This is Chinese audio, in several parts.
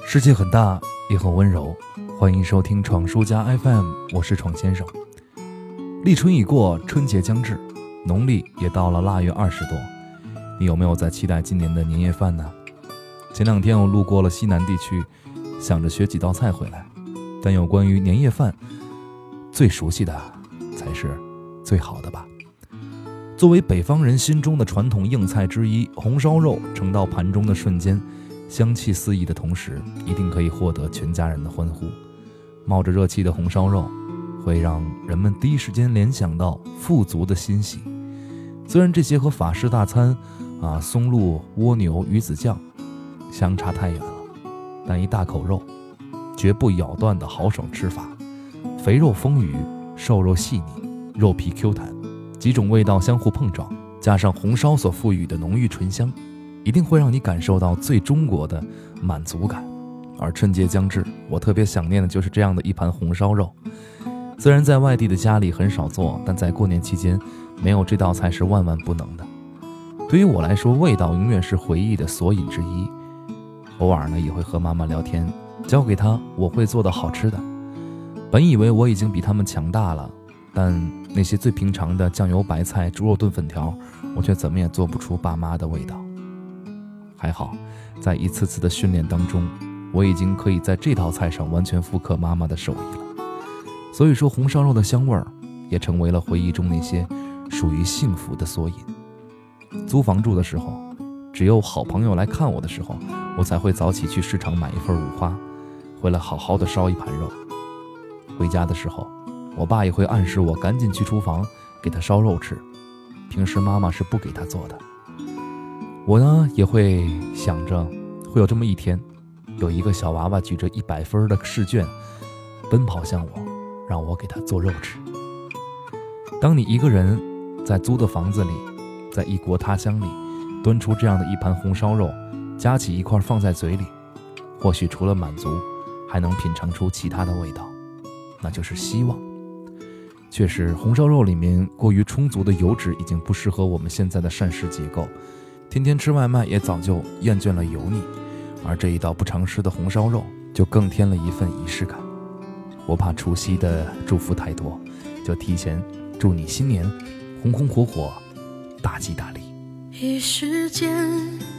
世界很大，也很温柔。欢迎收听闯书家 FM， 我是闯先生。立春已过，春节将至，农历也到了腊月20多。你有没有在期待今年的年夜饭呢？前两天我路过了西南地区，想着学几道菜回来，但有关于年夜饭，最熟悉的才是最好的吧。作为北方人心中的传统硬菜之一，红烧肉盛到盘中的瞬间，香气四溢的同时，一定可以获得全家人的欢呼。冒着热气的红烧肉会让人们第一时间联想到富足的欣喜。虽然这些和法式大餐松露、蜗牛、鱼子酱相差太远了，但一大口肉绝不咬断的豪爽吃法，肥肉丰腴，瘦肉细腻，肉皮 Q 弹，几种味道相互碰撞，加上红烧所赋予的浓郁醇香，一定会让你感受到最中国的满足感。而春节将至，我特别想念的就是这样的一盘红烧肉。虽然在外地的家里很少做，但在过年期间，没有这道菜是万万不能的。对于我来说，味道永远是回忆的索引之一。偶尔呢，也会和妈妈聊天，教给她我会做的好吃的。本以为我已经比他们强大了，但那些最平常的酱油白菜、猪肉炖粉条，我却怎么也做不出爸妈的味道。还好，在一次次的训练当中，我已经可以在这道菜上完全复刻妈妈的手艺了。所以说，红烧肉的香味儿也成为了回忆中那些属于幸福的缩引。租房住的时候，只有好朋友来看我的时候，我才会早起去市场买一份五花，回来好好的烧一盘肉。回家的时候，我爸也会暗示我赶紧去厨房给他烧肉吃，平时妈妈是不给他做的。我呢，也会想着会有这么一天，有一个小娃娃举着100分的试卷奔跑向我，让我给他做肉吃。当你一个人在租的房子里，在异国他乡里端出这样的一盘红烧肉，夹起一块放在嘴里，或许除了满足，还能品尝出其他的味道，那就是希望。确实，红烧肉里面过于充足的油脂已经不适合我们现在的膳食结构，天天吃外卖也早就厌倦了油腻，而这一道不常吃的红烧肉就更添了一份仪式感。我怕除夕的祝福太多，就提前祝你新年红红火火，大吉大利。 一时间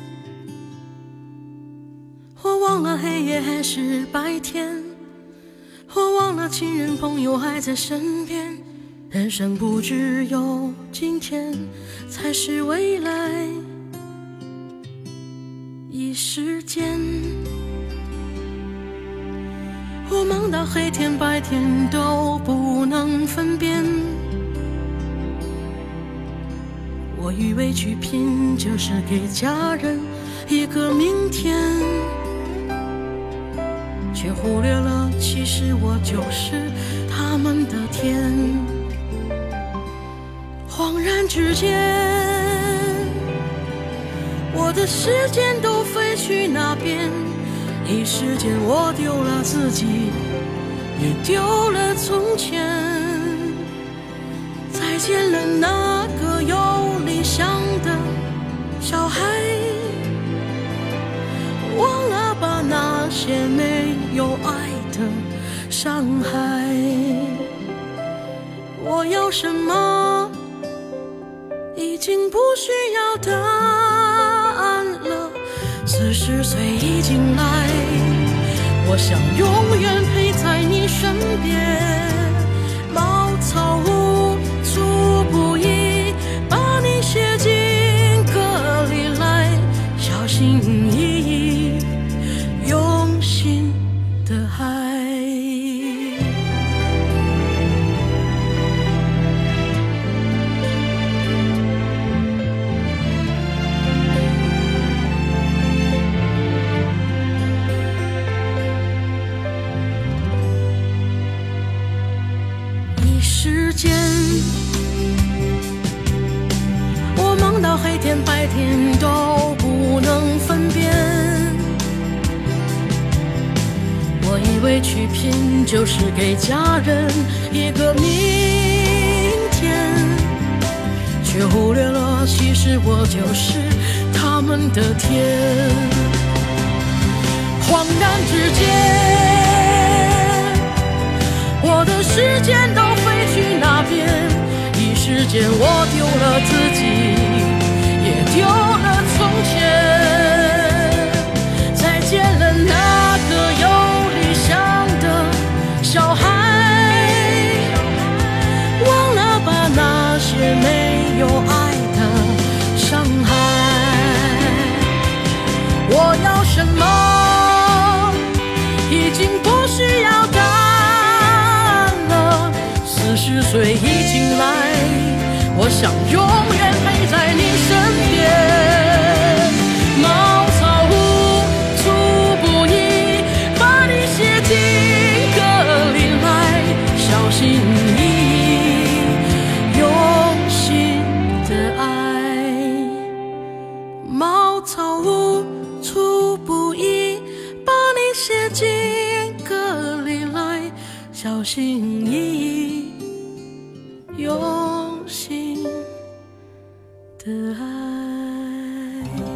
我忘了黑夜还是白天，我忘了亲人朋友还在身边，人生不只有今天才是未来。一时间我忙到黑天白天都不能分辨，我以为去拼就是给家人一个明天，却忽略了其实我就是他们的天。恍然之间，我的时间都飞去那边，一时间我丢了自己，也丢了从前。再见了那个有理想的小孩，忘了吧那些没有爱的伤害。我要什么已经不需要答案了，40岁已经来，我想永远陪在你身边，茅草屋足不易把你写进歌里来，小心翼翼用心的爱。一时间我忙到黑天白天都不能分辨，我以为去拼就是给家人一个明天，却忽略了其实我就是他们的天。恍然之现我丢了自己，也丢了从前。再见了那个有理想的小孩，忘了吧那些没有爱的伤害。我要什么已经不需要答案了，40岁已经来，我想永远陪在你身边。茅草屋出不易，把你写进歌里来，小心翼翼，用心的爱。茅草屋出不易，把你写进歌里来，小心翼翼，用心的爱。